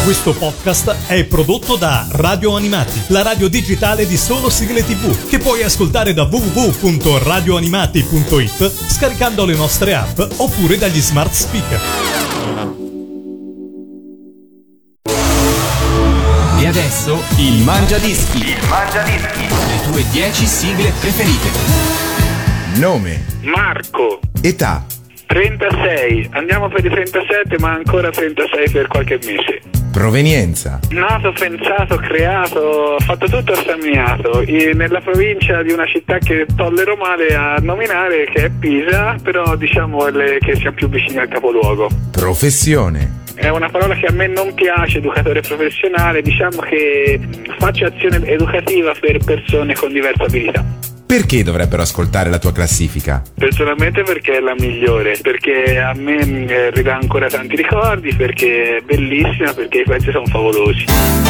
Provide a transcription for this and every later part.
Questo podcast è prodotto da Radio Animati, la radio digitale di solo sigle TV, che puoi ascoltare da www.radioanimati.it scaricando le nostre app oppure dagli smart speaker. E adesso il Mangiadischi. Le tue 10 sigle preferite. Nome. Marco. Età. 36, andiamo per i 37, ma ancora 36 per qualche mese. Provenienza. Nato, pensato, creato, fatto tutto a San Miniato, nella provincia di una città che tollero male a nominare, che è Pisa, però diciamo che siamo più vicini al capoluogo. Professione. È una parola che a me non piace, educatore professionale, diciamo che faccio azione educativa per persone con diverse abilità. Perché dovrebbero ascoltare la tua classifica? Personalmente perché è la migliore, perché a me ridà ancora tanti ricordi, perché è bellissima, perché i pezzi sono favolosi.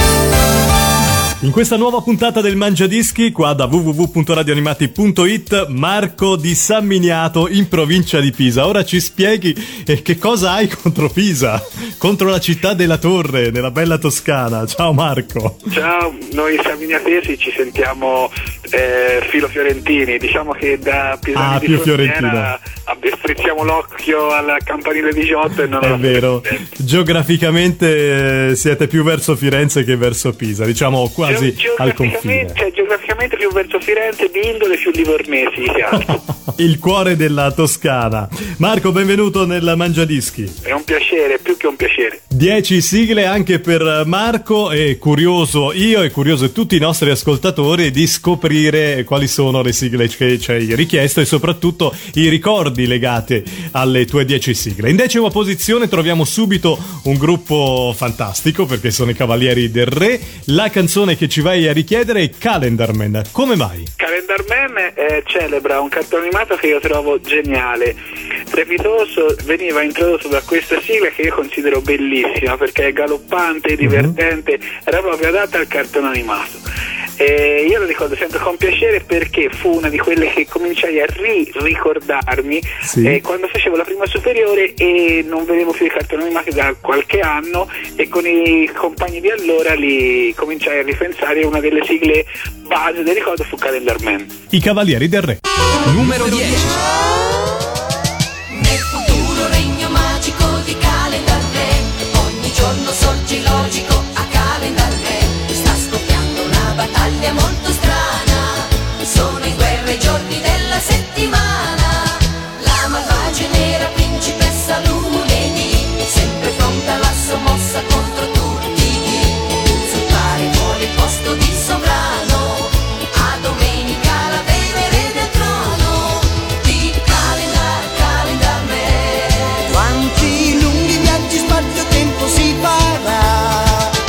In questa nuova puntata del Mangiadischi, qua da www.radioanimati.it, Marco di San Miniato in provincia di Pisa. Ora ci spieghi che cosa hai contro Pisa, contro la città della Torre, nella bella Toscana. Ciao Marco. Ciao, noi saminiatesi ci sentiamo filofiorentini, diciamo che da pisani di frontiera strizziamo l'occhio alla campanile 18 e non è vero, geograficamente siete più verso Firenze che verso Pisa, diciamo quasi al confine. Geograficamente più verso Firenze, di indole più livornesi che altro. Il cuore della Toscana. Marco, benvenuto nel Mangiadischi. È un piacere, più che un piacere. 10 sigle anche per Marco, e curioso io e curioso tutti i nostri ascoltatori di scoprire quali sono le sigle che ci hai richiesto e soprattutto i ricordi legati alle tue 10 sigle. In 10ª posizione troviamo subito un gruppo fantastico, perché sono i Cavalieri del Re. La canzone che ci vai a richiedere è Calendar Man. Come mai? Calendar Man celebra un cartone animato che io trovo geniale, strepitoso, veniva introdotto da questa sigla che io considero bellissima perché è galoppante, divertente, era proprio adatta al cartone animato. E io lo ricordo sempre con piacere perché fu una di quelle che cominciai a ricordarmi quando facevo la prima superiore e non vedevo più i cartoni animati da qualche anno, e con i compagni di allora li cominciai a ripensare. Una delle sigle base del ricordo fu Calendar Man. I Cavalieri del Re. Numero 10. Nel futuro regno magico di Calendar Re, ogni giorno sorge logico a Calendar Re. Sta scoppiando una battaglia molto strana, sono in guerra i giorni della settimana. La malvagia nera principessa lunedì, sempre pronta alla sua mossa contro tutti. Usurpare vuole il posto di sovrano, a domenica la Venere del trono di Calendar Man. Quanti lunghi viaggi spazio-tempo si farà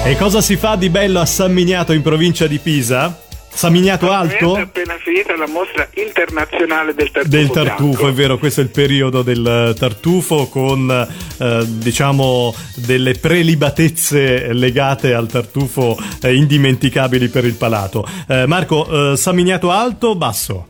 E cosa si fa di bello a San Miniato in provincia di Pisa? San Miniato Alto? È appena finita la mostra internazionale del tartufo. Del tartufo, bianco. è vero, questo è il periodo del tartufo con diciamo delle prelibatezze legate al tartufo indimenticabili per il palato. Marco, San Miniato Alto o basso?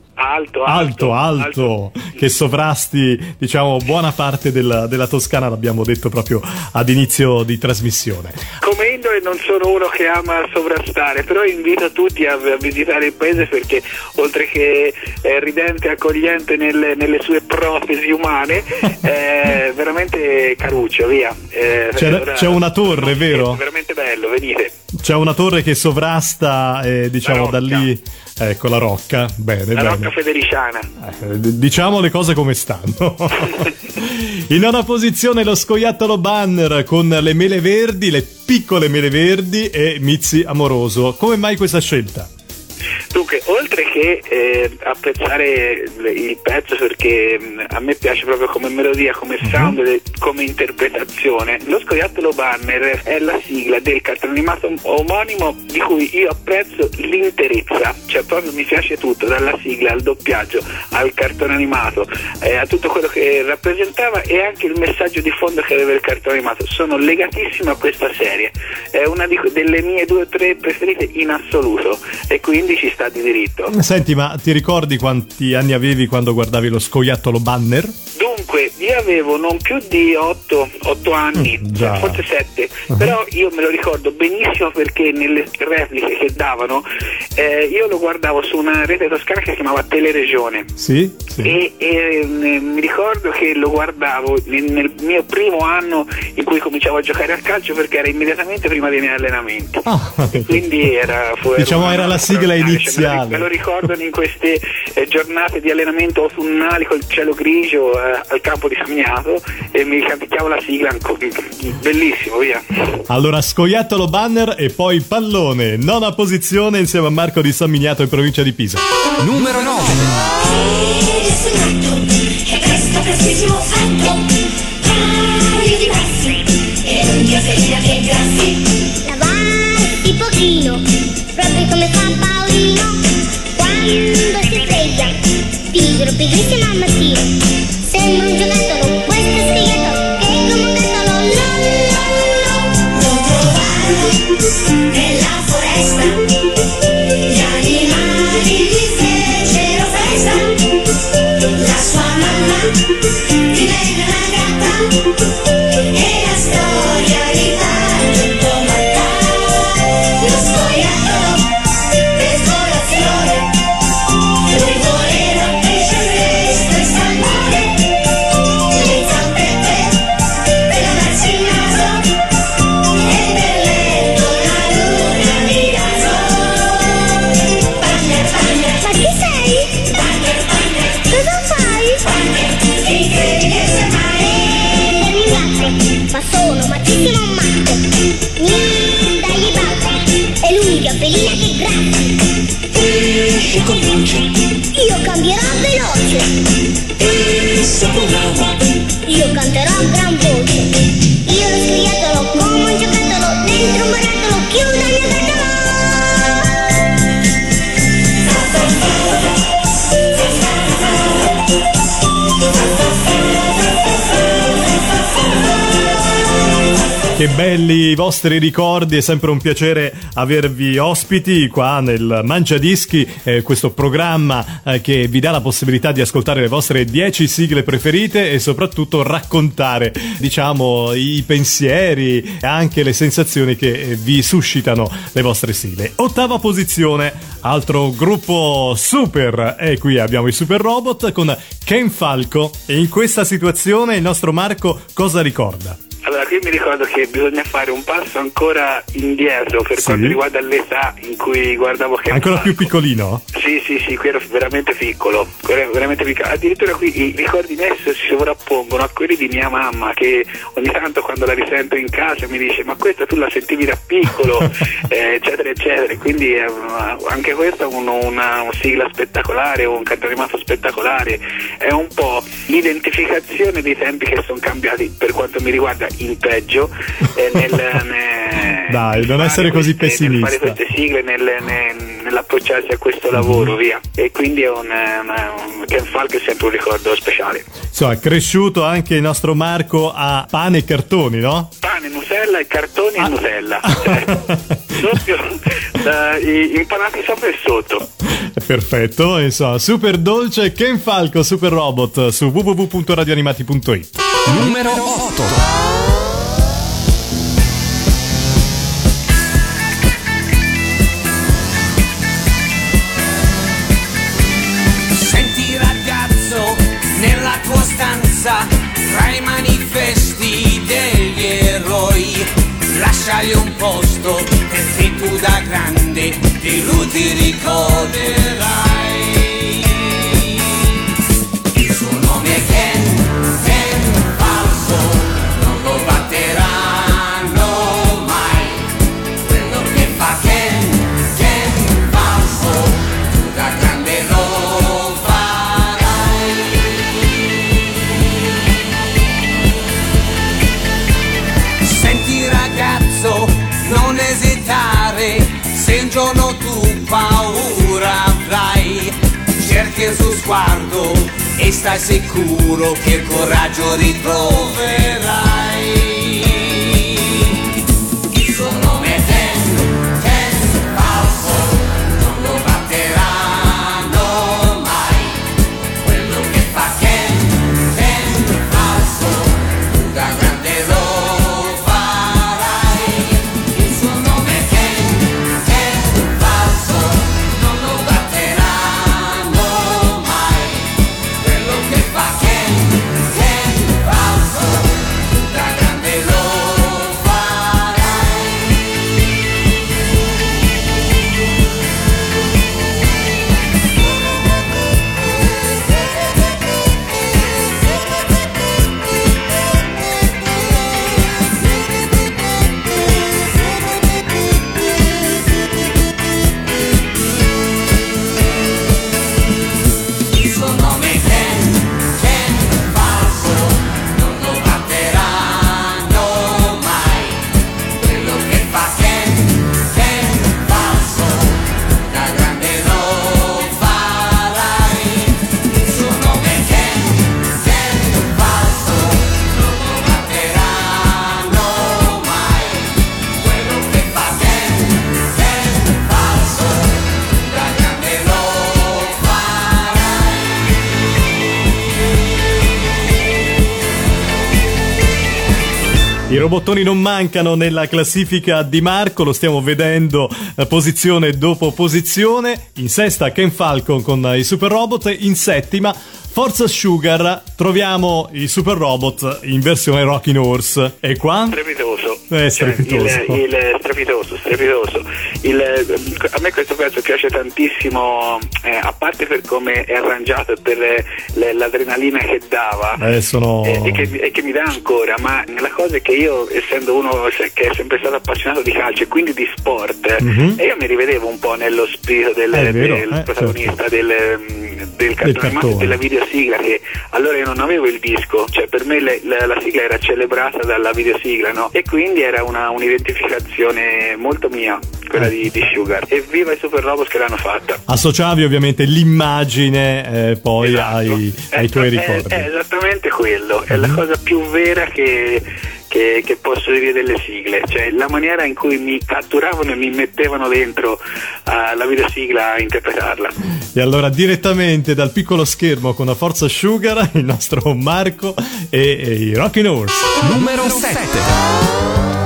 Alto, che sovrasti diciamo buona parte della Toscana, l'abbiamo detto proprio ad inizio di trasmissione. Come indole non sono uno che ama sovrastare, però invito tutti a visitare il paese perché oltre che ridente e accogliente nelle sue protesi umane è veramente caruccio, via. C'è una torre, vero? È veramente bello, venite. C'è una torre che sovrasta diciamo da lì. Ecco la Rocca, bene. Rocca Federiciana. Diciamo le cose come stanno. In nona posizione lo scoiattolo Banner con le mele verdi, le piccole mele verdi e Mizzi Amoroso. Come mai questa scelta? Dunque, oltre che apprezzare il pezzo perché a me piace proprio come melodia, come sound e come interpretazione, lo scoiattolo Banner è la sigla del cartone animato omonimo di cui io apprezzo l'interezza, cioè proprio mi piace tutto, dalla sigla al doppiaggio, al cartone animato, a tutto quello che rappresentava e anche il messaggio di fondo che aveva il cartone animato. Sono legatissimo a questa serie, è una delle mie 2 o 3 preferite in assoluto e quindi ci sta di diritto. Senti, ma ti ricordi quanti anni avevi quando guardavi lo scoiattolo Banner? Dunque, io avevo non più di 8 anni, forse 7, però io me lo ricordo benissimo perché nelle repliche che davano io lo guardavo su una rete toscana che si chiamava Teleregione. Sì. E mi ricordo che lo guardavo nel mio primo anno in cui cominciavo a giocare a calcio perché era immediatamente prima dei miei allenamenti. E quindi era la sigla iniziale. Me lo ricordano in queste giornate di allenamento autunnali col cielo grigio al campo di San Miniato e mi canticchiavo la sigla ancora. Bellissimo, via. Allora, scoiattolo Banner e poi pallone, nona posizione insieme a Marco di San Miniato in provincia di Pisa. Numero 9. È presto, prestissimo fatto. Cambio di passi e non ti assegna che grassi. Lavarsi pochino, proprio come fa Paolino quando si sveglia, pigro, pigrissimo al mattino. Sembra un giocattolo, questo è sfigato, che come un gattolo, lo trovarono nella foresta, gli animali gli fecero festa, la sua mamma divenne una gatta e la storia gli fa tutto matta. Lo scoiattolo per colazione, lui voleva un pesce fresco e salmone, le zampette per lavarsi il naso e nel letto la luna di raso. Banner, Banner, ma chi sei? Banner, Banner, cosa fai? Banner, ti credi che sei male? Per mi piace, ma sono mattissimo matto. Dagli balzi, è l'unica felina che gratta. Pesce con luce, io cambierò veloce. E saporava, io canterò a gran voce. Io lo scoiattolo come un giocattolo, dentro un barattolo chiudo il mio gattolo. Che belli i vostri ricordi, è sempre un piacere avervi ospiti qua nel Mangiadischi, questo programma che vi dà la possibilità di ascoltare le vostre 10 sigle preferite e soprattutto raccontare, diciamo, i pensieri e anche le sensazioni che vi suscitano le vostre sigle. Ottava posizione, altro gruppo super, e qui abbiamo i Super Robot con Ken Falco, e in questa situazione il nostro Marco cosa ricorda? Allora, qui mi ricordo che bisogna fare un passo ancora indietro per quanto riguarda l'età in cui guardavo Ken Ancora Falco. più piccolino? Sì, qui ero veramente piccolo, addirittura qui i ricordi miei si sovrappongono a quelli di mia mamma, che ogni tanto quando la risento in casa mi dice ma questa tu la sentivi da piccolo, eccetera eccetera, quindi anche questa è una sigla spettacolare, un cartone animato spettacolare, è un po' l'identificazione dei tempi che sono cambiati per quanto mi riguarda in peggio Dai, non essere così pessimista. Nel fare queste sigle, nell'approcciarsi a questo lavoro, via. E quindi è Ken Falco è sempre un ricordo speciale. Insomma, è cresciuto anche il nostro Marco a pane e cartoni, no? Pane, Nutella e cartoni e Nutella. Proprio impanati sopra e sotto. Perfetto, insomma, super dolce Ken Falco, Super Robot su www.radioanimati.it. Numero 8. Nella tua stanza, tra i manifesti degli eroi, lasciagli un posto perché tu da grande di lui ti ricorderai. Il suo nome è Ken Falco, non lo batteranno mai. Quello che fa Ken Falco, tu da grande lo non esitare, se un giorno tu paura avrai, cerchi il suo sguardo e stai sicuro che il coraggio ritroverai. Il suo nome è Ken Falco, non lo batteranno mai. Quello che fa Ken Falco, tu da grande lo I robottoni non mancano nella classifica di Marco, lo stiamo vedendo posizione dopo posizione. In sesta Ken Falcon con i Super Robot, in settima Forza Sugar troviamo i Super Robot in versione Rockin' Horse. E qua? Strepitoso. Strepitoso. Strepitoso. A me questo pezzo piace tantissimo, a parte per come è arrangiato e per l'adrenalina che dava e che mi dà ancora, ma la cosa è che io, essendo uno che è sempre stato appassionato di calcio e quindi di sport, e io mi rivedevo un po' nello spirito del protagonista, certo, del cartone animato, della videosigla, che allora io non avevo il disco, cioè per me la sigla era celebrata dalla videosigla, no? E quindi era un'identificazione molto mia, quella di Sugar. E viva i Super Robot che l'hanno fatta. Associavi ovviamente l'immagine poi, esatto, ai tuoi ricordi. È esattamente quello, è la cosa più vera che posso dire delle sigle, cioè la maniera in cui mi catturavano e mi mettevano dentro la videosigla a interpretarla. E allora direttamente dal piccolo schermo con la Forza Sugar il nostro Marco e i Rockin' Horse. Numero 7.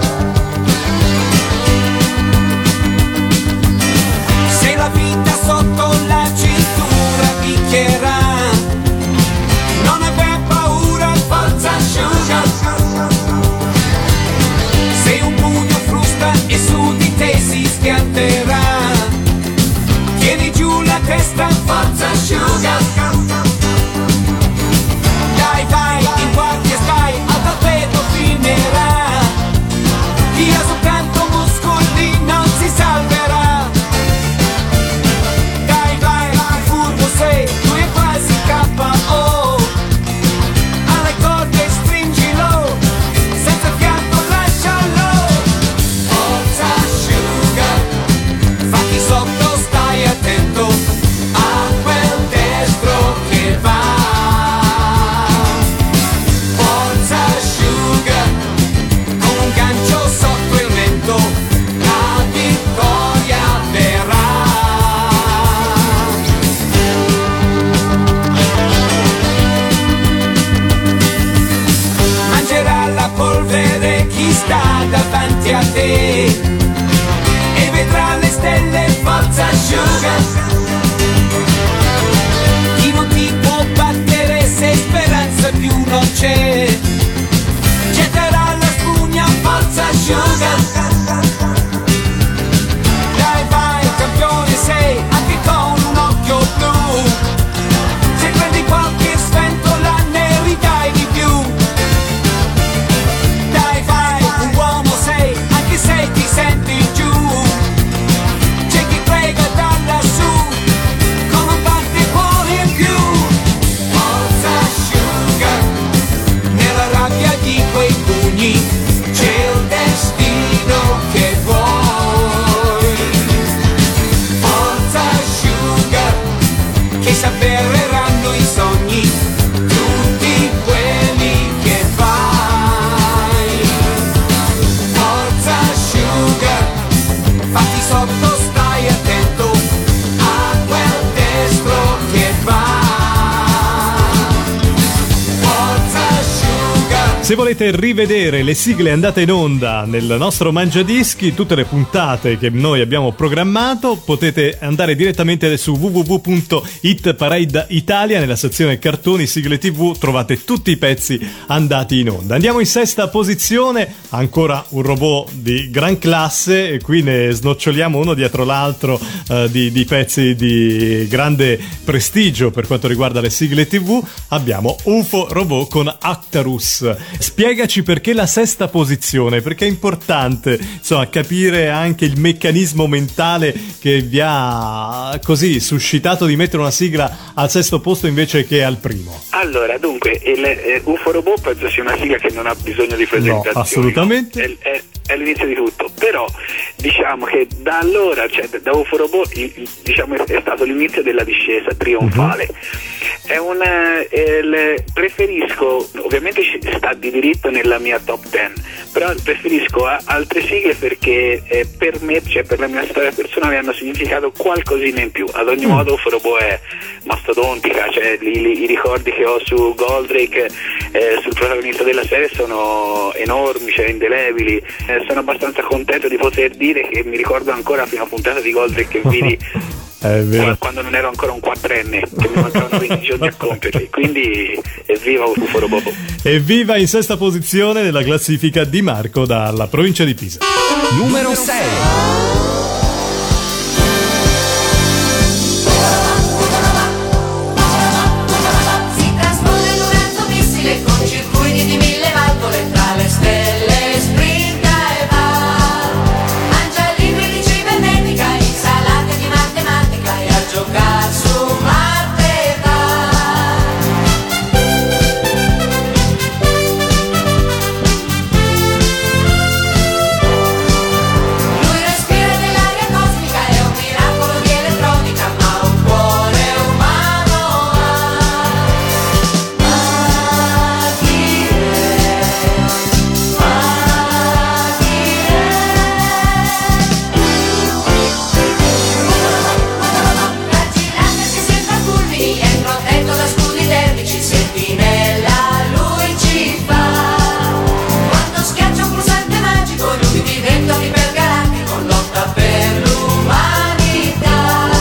Sotto la cintura picchierà, non aver paura, Forza Sugar. Se un pugno frusta e su di te si schianterà, tieni giù la testa, Forza Sugar. Dai vai, in guardia stai, al tappeto finirà. Chi ha soltanto muscoli non si salverà. Sei, tu e ricordo i sogni, tutti quelli che fai. Forza Sugar, fatti sotto, stai attento a quel destro che va. Forza Sugar. Se volete rivedere le sigle andate in onda nel nostro Mangiadischi, tutte le puntate che noi abbiamo programmato, potete andare direttamente su www.Hit Parade Italia, nella sezione cartoni, sigle TV, trovate tutti i pezzi andati in onda. Andiamo in sesta posizione, ancora un robot di gran classe, e qui ne snoccioliamo uno dietro l'altro di pezzi di grande prestigio per quanto riguarda le sigle TV. Abbiamo UFO Robot con Actarus. Spiegaci perché la sesta posizione, perché è importante, insomma, capire anche il meccanismo mentale che vi ha così suscitato di mettere una sigla al sesto posto invece che al primo. Allora, dunque, il UFO Robot penso sia una sigla che non ha bisogno di presentazioni. No, assolutamente. È l'inizio di tutto, però diciamo che da allora, cioè da UFO Robot, diciamo è stato l'inizio della discesa trionfale. È preferisco, ovviamente sta di diritto nella mia top 10, però preferisco altre sigle perché per me, cioè per la mia storia personale, hanno significato qualcosina in più. Ad ogni modo UFO Robot è mastodontica, cioè i ricordi che ho su Goldrake, sul protagonista della serie, sono enormi, cioè indelebili. Sono abbastanza contento di poter dire che mi ricordo ancora la prima puntata di Goldrake che vidi quando non ero ancora un quattrenne, che mi mancavano 20 giorni a compierli. Quindi evviva UFO Robot. Evviva in sesta posizione nella classifica di Marco dalla provincia di Pisa. Numero 6. Si trasforma in un razzo-missile con circuiti di 1000 valvole tra le stelle, sprinta e va. Mangia libri di cibernetica, insalate di matematica e a giocare su Marte va. Lui respira dell'aria cosmica, è un miracolo di elettronica, ma un cuore umano ha. Ma chi è? Ma chi è? Raggi si sembra fulmini, è protetto da scudi termici, sentinella lui ci fa. Quando schiaccia un pulsante magico, lui diventa un ipergalattico, lotta per l'umanità.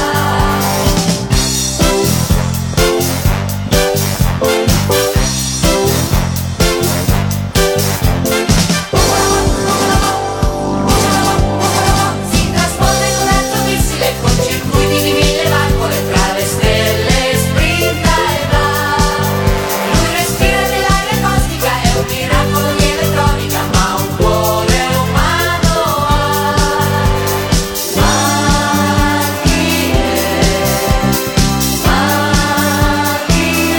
Si trasforma in un razzo-missile con circuiti di 1000 valvole tra le stelle, sprinta e va. Lui respira dell'aria cosmica, è un miracolo di elettronica, ma un cuore umano ha. Ma chi è? Ma chi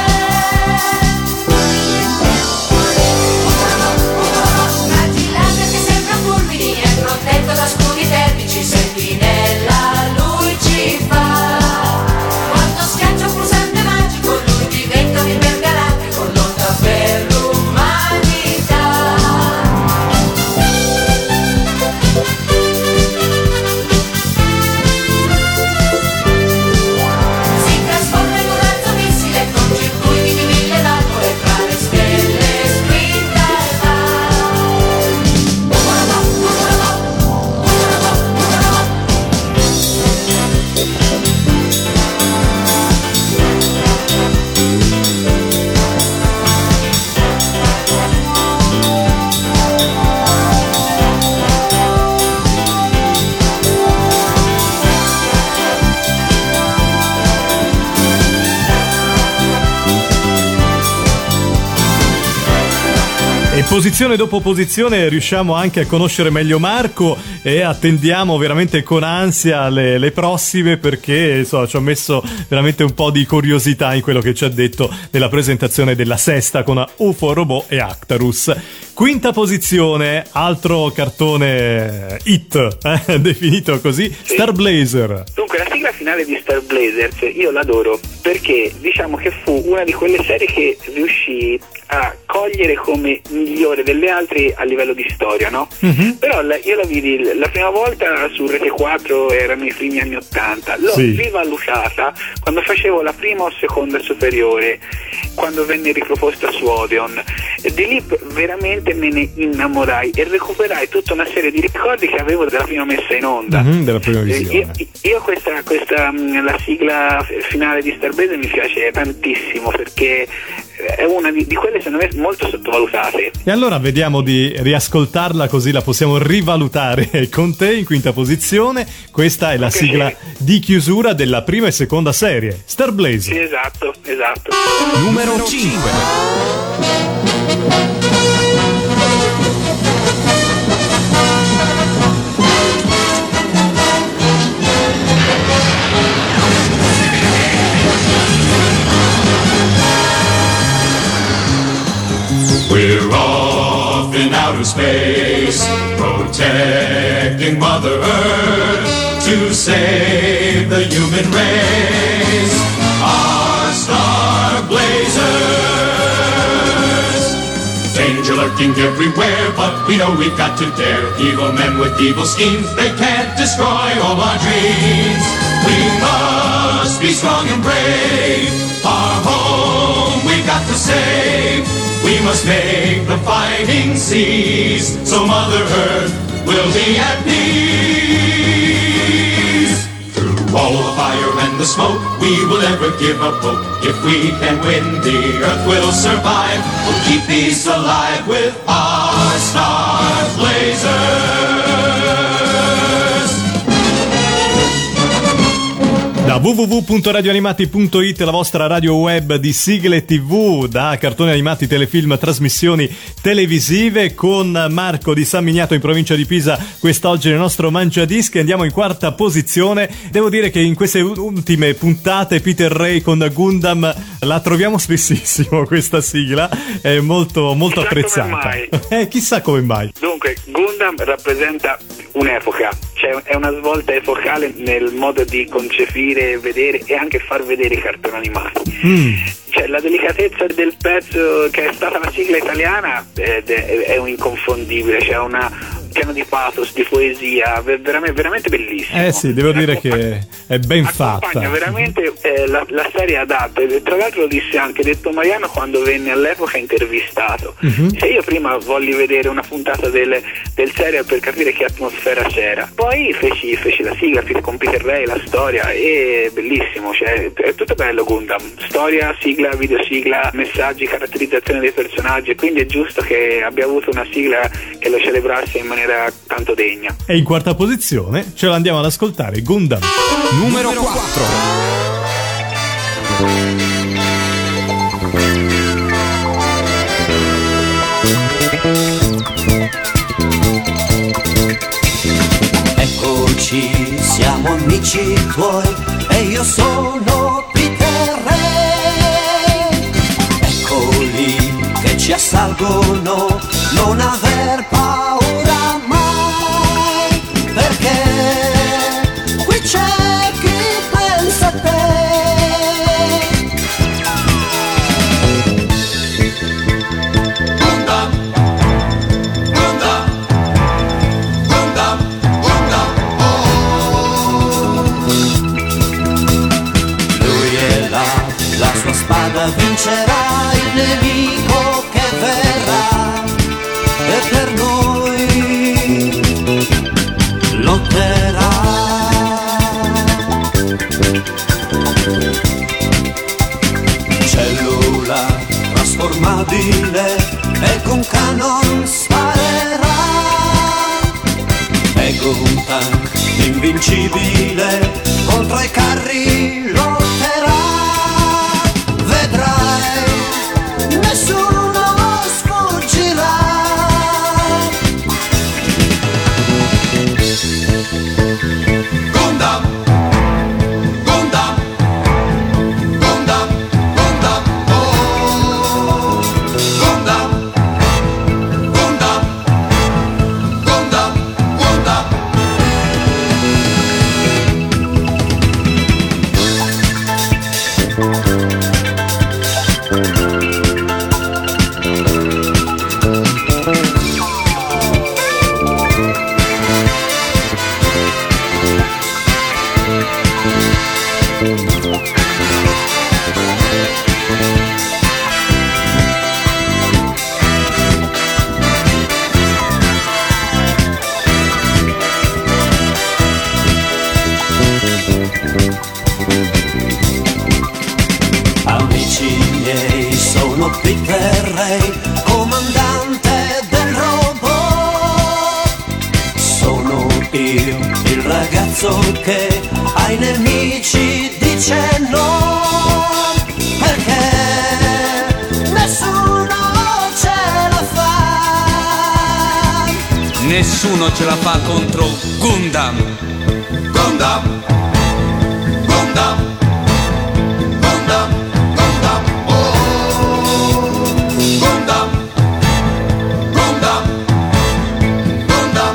è? Raggi laser che sembra fulmini, è protetto da scudi termici, sentinella lui ci fa. Quando schiaccia un pulsante magico, lui diventa un ipergalattico, lotta per l'umanità. Si trasforma in un razzo-missile con circuiti di 1000 valvole tra le stelle, sprinta e va. E posizione dopo posizione riusciamo anche a conoscere meglio Marco e attendiamo veramente con ansia le prossime, perché insomma, ci ho messo veramente un po' di curiosità in quello che ci ha detto nella presentazione della sesta con UFO Robot e Actarus. Quinta posizione, altro cartone hit, definito così, Sì. Star Blazer. Dunque, la sigla finale di Star Blazers io l'adoro perché diciamo che fu una di quelle serie che riuscì a cogliere come migliore delle altre a livello di storia, no? Però io la vidi la prima volta su Rete 4, erano i primi anni 80, l'ho Sì. rivalutata quando facevo la prima o seconda superiore, quando venne riproposta su Odeon, e di lì veramente me ne innamorai e recuperai tutta una serie di ricordi che avevo della prima messa in onda. Della prima visione. Io questa la sigla finale di Star Blazer mi piace tantissimo perché è una di quelle secondo me molto sottovalutate. E allora vediamo di riascoltarla, così la possiamo rivalutare con te. In quinta posizione, questa è la sigla di chiusura della prima e seconda serie, Star Blazer. Sì, esatto. Numero 5. We're off in outer space, protecting Mother Earth to save the human race. Our Star Blazers. Danger lurking everywhere, but we know we've got to dare. Evil men with evil schemes, they can't destroy all our dreams. We must be strong and brave. Our home we've got to save. We must make the fighting cease, so Mother Earth will be at peace. Through all the fire and the smoke, we will never give up hope. If we can win, the Earth will survive. We'll keep peace alive with our Star Blazers. Da www.radioanimati.it, la vostra radio web di sigle TV, da cartoni animati, telefilm, trasmissioni televisive, con Marco di San Miniato in provincia di Pisa quest'oggi nel nostro Mangiadischi. Andiamo in quarta posizione. Devo dire che in queste ultime puntate Peter Ray con Gundam la troviamo spessissimo, questa sigla è molto molto Chissà apprezzata. come Chissà come mai. Dunque, Gundam rappresenta un'epoca, cioè è una svolta epocale nel modo di concepire, vedere e anche far vedere i cartoni animati. Cioè, la delicatezza del pezzo che è stata la sigla italiana è un inconfondibile, cioè una pieno di pathos, di poesia, veramente bellissimo. Sì, devo dire che è ben fatta. Veramente la serie adatta. E tra l'altro lo disse anche Detto Mariano quando venne all'epoca intervistato. Se io prima volli vedere una puntata del serial per capire che atmosfera c'era, poi feci la sigla con Peter Ray, la storia, e bellissimo, cioè è tutto bello Gundam, storia, sigla, videosigla, messaggi, caratterizzazione dei personaggi, e quindi è giusto che abbia avuto una sigla che lo celebrasse in maniera tanto degna. E in quarta posizione ce l'andiamo ad ascoltare, Gundam. Numero 4. Eccoci, siamo amici tuoi e io sono Peter Ray. Eccoli che ci assalgono, non aver paura mai, perché qui c'è chi pensa a te. Gundam, Gundam, Gundam, Gundam, Lui è là, la sua spada vincerà il nemico che verrà, e per noi lotterà. Cellula trasformabile e con canon sparerà, e con un tank invincibile contro i carri lotterà. Vedrai, nessuno sfuggirà. Gundam, Gundam, Gundam, Gundam, oh, Gundam, Gundam, Amici miei, sono Peter Ray, comandante del robot. Sono io, il ragazzo che ai nemici dice no, perché nessuno ce la fa. Nessuno ce la fa contro Gundam. Gundam, Gundam, Gundam, Gundam, oh, Gundam, Gundam, Gundam,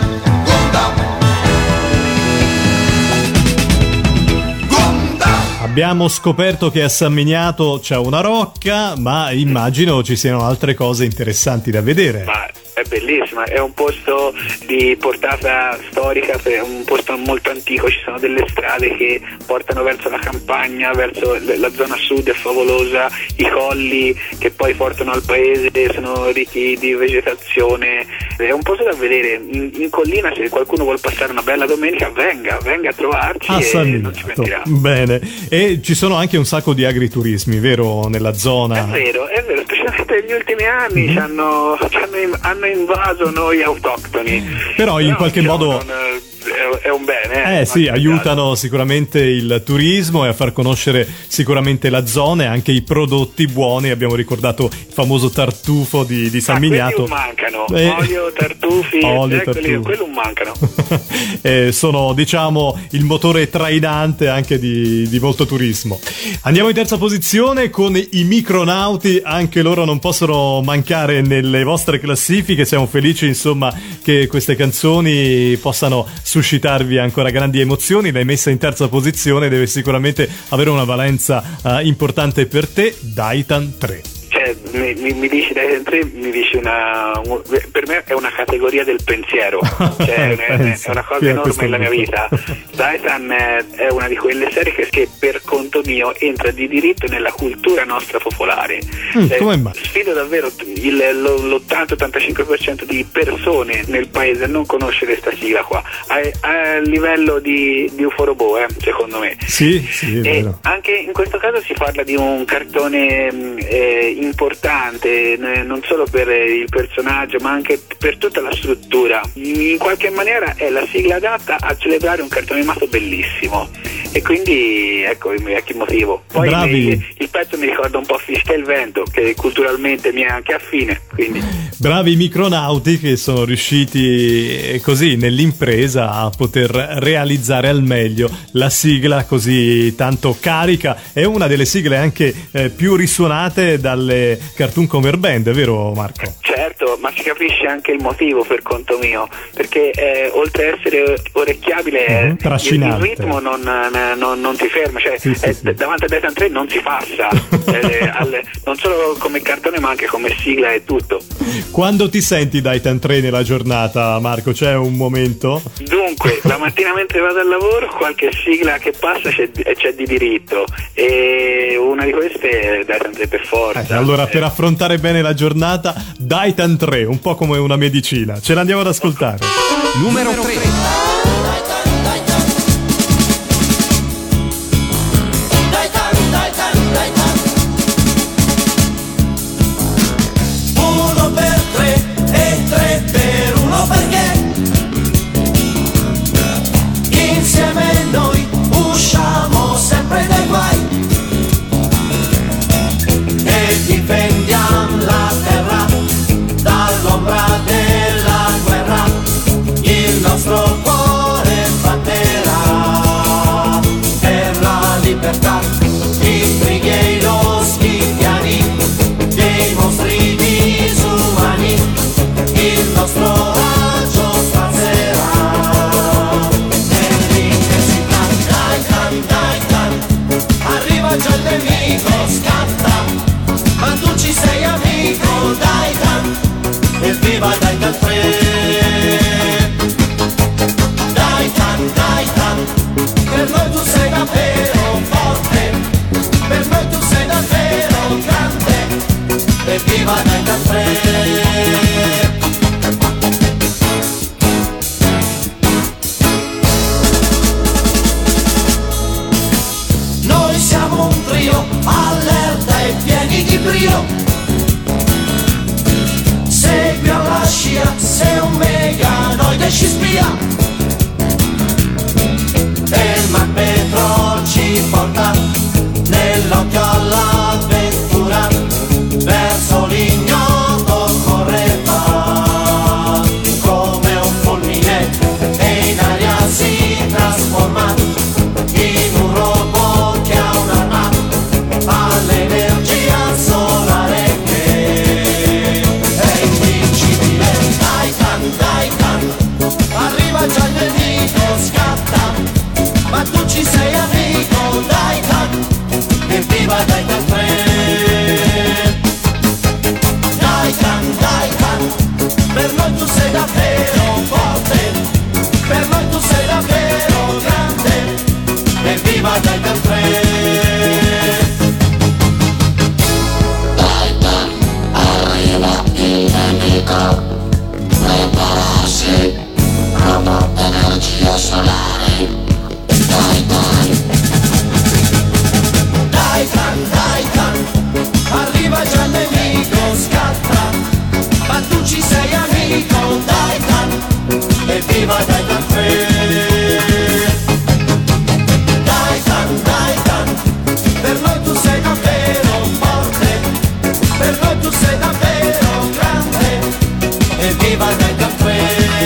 Gundam, Gundam. Abbiamo scoperto che a San Miniato c'è una rocca, ma immagino ci siano altre cose interessanti da vedere. Ma è bellissima, è un posto di portata storica, è un posto molto antico, ci sono delle strade che portano verso la campagna, verso la zona sud, è favolosa, i colli che poi portano al paese sono ricchi di vegetazione, è un posto da vedere. In collina, se qualcuno vuol passare una bella domenica, venga a trovarci A San e non ci Miniato. pentirà. Bene, e ci sono anche un sacco di agriturismi, vero, nella zona? È vero, specialmente negli ultimi anni hanno invaso noi autoctoni. Però in qualche modo è un bene. sì, aiutano sicuramente il turismo e a far conoscere sicuramente la zona e anche i prodotti buoni. Abbiamo ricordato il famoso tartufo di San Miniato. Quelli mancano, olio, tartufi, tartufi. quelli mancano. Sono, diciamo, il motore trainante anche di molto turismo. Andiamo in terza posizione con i Micronauti, anche loro non possono mancare nelle vostre classifiche. Siamo felici, insomma, che queste canzoni possano suscitarvi ancora grandi emozioni. L'hai messa in terza posizione, deve sicuramente avere una valenza importante per te. Daitan 3. Cioè, mi dici Daitan 3, mi dici per me è una categoria del pensiero, cioè è una cosa enorme nella mia vita. Daitan è una di quelle serie che per conto mio entra di diritto nella cultura nostra popolare. Come mai? Sfido davvero l'80-85% di persone nel paese a non conoscere questa sigla qua, a livello di Uforobo, secondo me. Sì, è vero. Anche in questo caso si parla di un cartone importante, non solo per il personaggio ma anche per tutta la struttura. In qualche maniera è la sigla adatta a celebrare un cartone animato bellissimo e quindi ecco che motivo. Poi il pezzo mi ricorda un po' Fischia il vento, che culturalmente mi è anche affine, quindi. Bravi i Micronauti che sono riusciti così nell'impresa a poter realizzare al meglio la sigla così tanto carica. È una delle sigle anche più risuonate dalle Cartoon Cover Band, è vero Marco? Certo, ma si capisce anche il motivo per conto mio, perché oltre ad essere orecchiabile il ritmo non ti ferma, cioè sì. davanti a Daitan 3 non si passa, non solo come cartone ma anche come sigla e tutto. Quando ti senti Daitan 3 nella giornata, Marco? C'è un momento? Dunque, la mattina mentre vado al lavoro qualche sigla che passa c'è di diritto e una di queste è Daitan 3 per forza. Allora per affrontare bene la giornata, Daitan 3, un po' come una medicina. Ce l'andiamo ad ascoltare. Numero 3. Difendiamo la terra dall'ombra della guerra, il nostro cuore brio. Segui alla scia, sei un meganoide ci spia. E il magneto ci porta nell'occhio all'avventura, verso l'ignoto correva come un fulmine e in aria si trasforma in un robot che ha un'arma all'energia solare che è invincibile. Daitan, arriva già il nemico, scatta, ma tu ci sei amico, Daitan, evviva Daitan 3. Daitan, per noi tu sei davvero forte, per noi tu sei davvero grande, evviva Daitan 3. Daitan, arriva il nemico, prepararsi, robot energia solare. Daitan, arriva già il nemico, scatta, ma tu ci sei amico, Daitan, evviva Daitan 3. Daitan, per noi tu sei davvero forte, per noi tu sei davvero grande, evviva Daitan 3.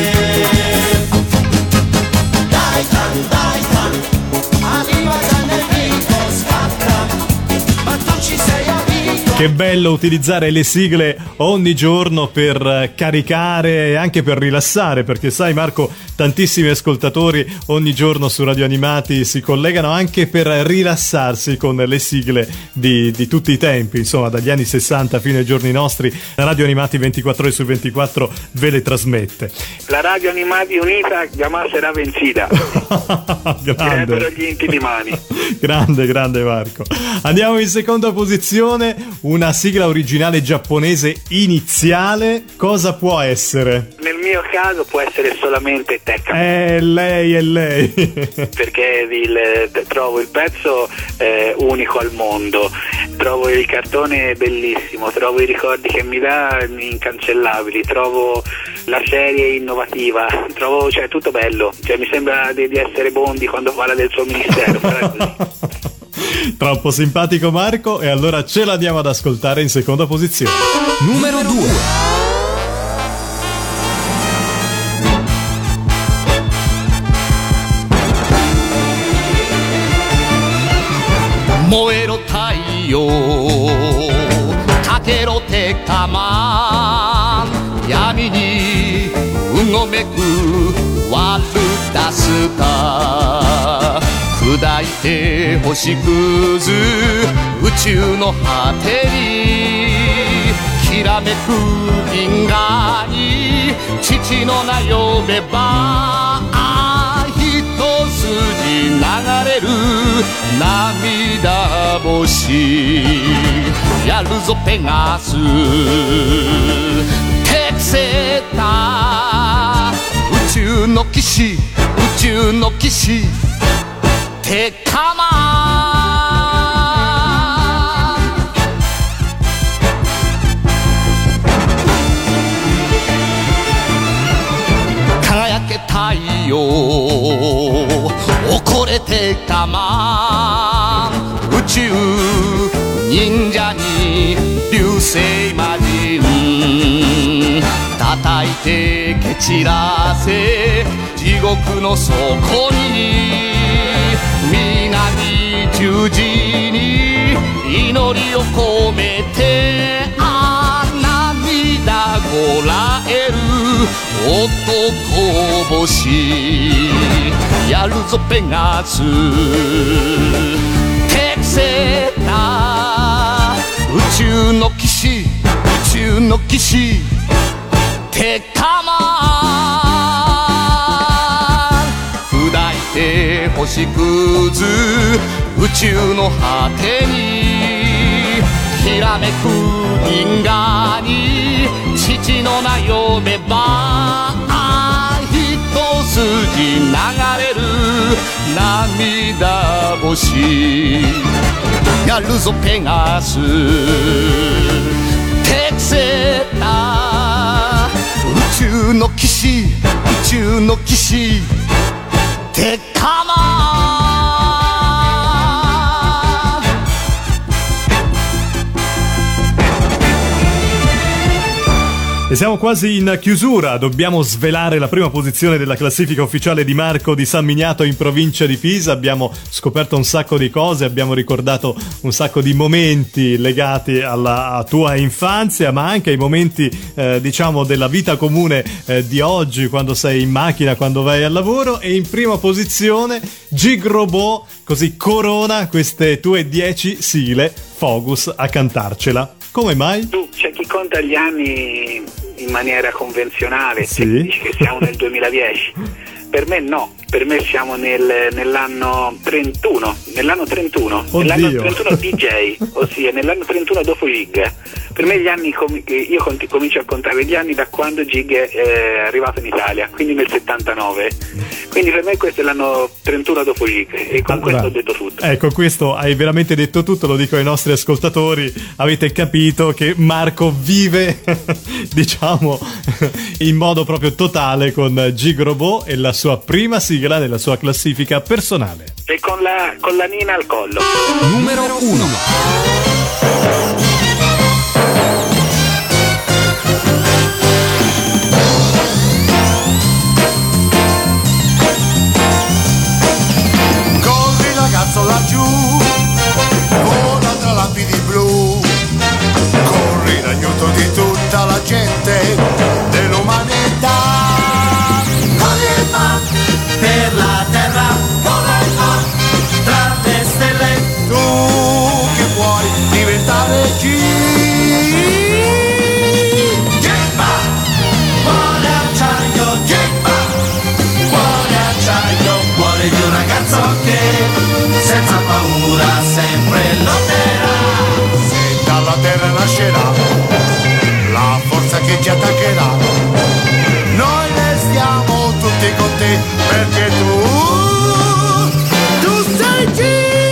Daitan, arriva già il nemico, scatta, ma tu ci sei amico. Che bello utilizzare le sigle ogni giorno per caricare e anche per rilassare, perché sai Marco, tantissimi ascoltatori ogni giorno su Radio Animati si collegano anche per rilassarsi con le sigle di tutti i tempi, insomma dagli anni 60 fino ai giorni nostri. Radio Animati 24 ore su 24 ve le trasmette. La Radio Animati unita jamás sarà vencida. Direbbero gli intimi mani. Grande Marco. Andiamo in seconda posizione, una sigla originale giapponese iniziale. Cosa può essere? Nel mio caso può essere solamente Tekka. È lei. Perché trovo il pezzo unico al mondo, trovo il cartone bellissimo, trovo i ricordi che mi dà incancellabili, trovo la serie innovativa, trovo tutto bello, mi sembra di essere Bondi quando parla del suo ministero. Però è così. Troppo simpatico Marco, e allora ce l'andiamo ad ascoltare in seconda posizione. Numero 2. 燃えろ太陽かけろ鉄火マン闇にうごめくワルダスター砕いて星屑宇宙の果てにきらめく銀河に父の名呼べば一筋流れる涙星やるぞペガステクセータ宇宙の騎士宇宙の騎士テカマン輝け太陽怒れてかまん宇宙忍者に流星魔人叩いて蹴散らせ地獄の底に南十字に祈りを込めて涙こらえる男星やるぞペガステクセータ宇宙の騎士宇宙の騎士テカマン砕いて星屑宇宙の果てにきらめく銀河に父の名呼べば一筋流れる涙星やるぞペガス空の騎士宇宙の騎士ってかま E siamo quasi in chiusura, dobbiamo svelare la prima posizione della classifica ufficiale di Marco di San Miniato in provincia di Pisa. Abbiamo scoperto un sacco di cose, abbiamo ricordato un sacco di momenti legati alla tua infanzia, ma anche ai momenti diciamo della vita comune di oggi, quando sei in macchina, quando vai al lavoro. E in prima posizione Gig Robot, così corona queste tue 10 sigle, Fogus a cantarcela. Come mai? Tu, c'è chi conta gli anni in maniera convenzionale, sì. E dici che siamo nel 2010. Per me no, per me siamo nell'anno 31, nell'anno 31 DJ, ossia nell'anno 31 dopo Gig. Per me gli anni, io comincio a contare gli anni da quando Gig è arrivato in Italia, quindi nel 79. Quindi per me questo è l'anno 31 dopo Gig, e con questo ho detto tutto. Ecco, questo hai veramente detto tutto, lo dico ai nostri ascoltatori, avete capito che Marco vive diciamo in modo proprio totale con Gig Robot e la sua prima sigla nella sua classifica personale. E con la nina al collo. Numero 1. Laggiù, vola tra lampidi blu, corri in aiuto di tutta la gente dell'umanità. Corri ma per la terra, vola ma tra le stelle, tu che vuoi diventare G. Gemma, cuore acciaio, Gemma, cuore acciaio, cuore di un ragazzo che senza paura sempre lotterà. Se dalla terra nascerà la forza che ci attaccherà, noi restiamo tutti con te, perché tu sei G.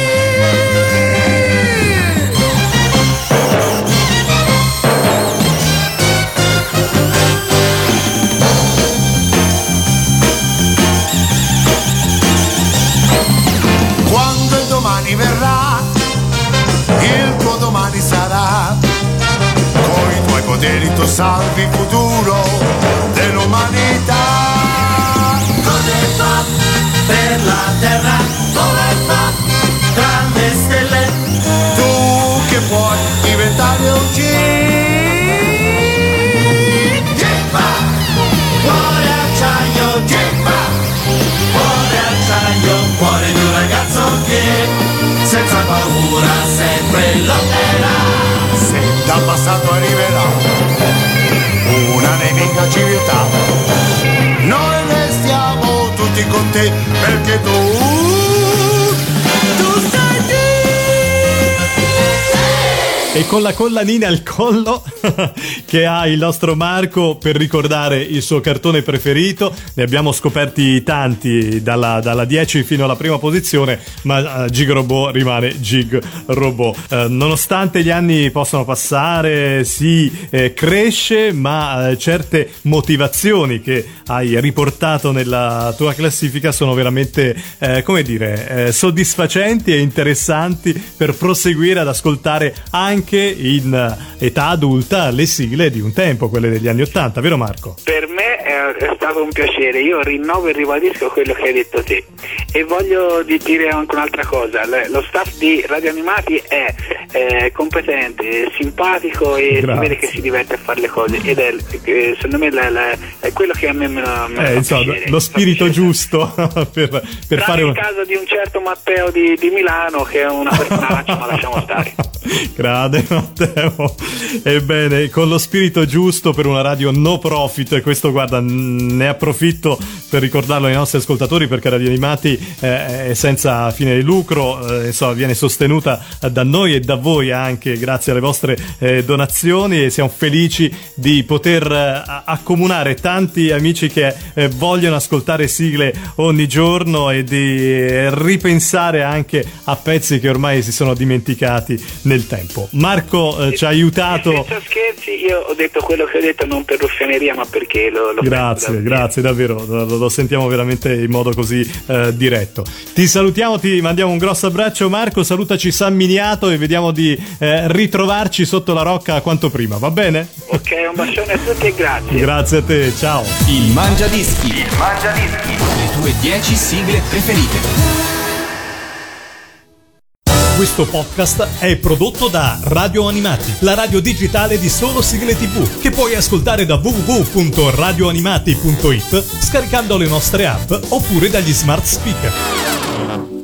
Verrà, il tuo domani sarà, con i tuoi poteri tu salvi il futuro dell'umanità. Cosa fa per la terra, cosa fa tra le stelle, tu che puoi diventare un G. Gemma, cuore acciaio, Gemma, cuore acciaio, cuore di un ragazzo che senza paura sempre lotterà. Se dal passato arriverà una nemica civiltà, noi restiamo tutti con te, perché tu sei G. E con la collanina al collo che ha il nostro Marco per ricordare il suo cartone preferito. Ne abbiamo scoperti tanti dalla 10 fino alla prima posizione, ma Gig Robot rimane Gig Robot. Nonostante gli anni possano passare, si cresce, ma certe motivazioni che hai riportato nella tua classifica sono veramente soddisfacenti e interessanti per proseguire ad ascoltare anche in età adulta le sigle di un tempo, quelle degli anni '80, vero Marco? Per me è stato un piacere, io rinnovo e ribadisco quello che hai detto te, e voglio dire anche un'altra cosa: lo staff di Radio Animati è competente, simpatico e si vede che si diverte a fare le cose, ed è secondo me è quello che a me mi fa piacere, lo spirito giusto per fare il caso di un certo Matteo di Milano, che è una personaccia, ma lasciamo stare. Grande Matteo. Ebbene, con lo spirito giusto per una radio no profit, questo guarda ne approfitto per ricordarlo ai nostri ascoltatori, perché Radio Animati è senza fine di lucro, insomma, viene sostenuta da noi e da voi anche grazie alle vostre donazioni, e siamo felici di poter accomunare tanti amici che vogliono ascoltare sigle ogni giorno e di ripensare anche a pezzi che ormai si sono dimenticati nel tempo. Marco ci ha aiutato. Senza scherzi, io ho detto quello che ho detto non per ruffianeria, ma perché lo grazie davvero, lo sentiamo veramente in modo così diretto. Ti salutiamo, ti mandiamo un grosso abbraccio Marco, salutaci San Miniato e vediamo di ritrovarci sotto la rocca quanto prima, va bene? Ok, un bacione a tutti e grazie. Grazie a te, ciao. Il Mangiadischi. Le tue 10 sigle preferite. Questo podcast è prodotto da Radio Animati, la radio digitale di solo sigle TV, che puoi ascoltare da www.radioanimati.it scaricando le nostre app oppure dagli smart speaker.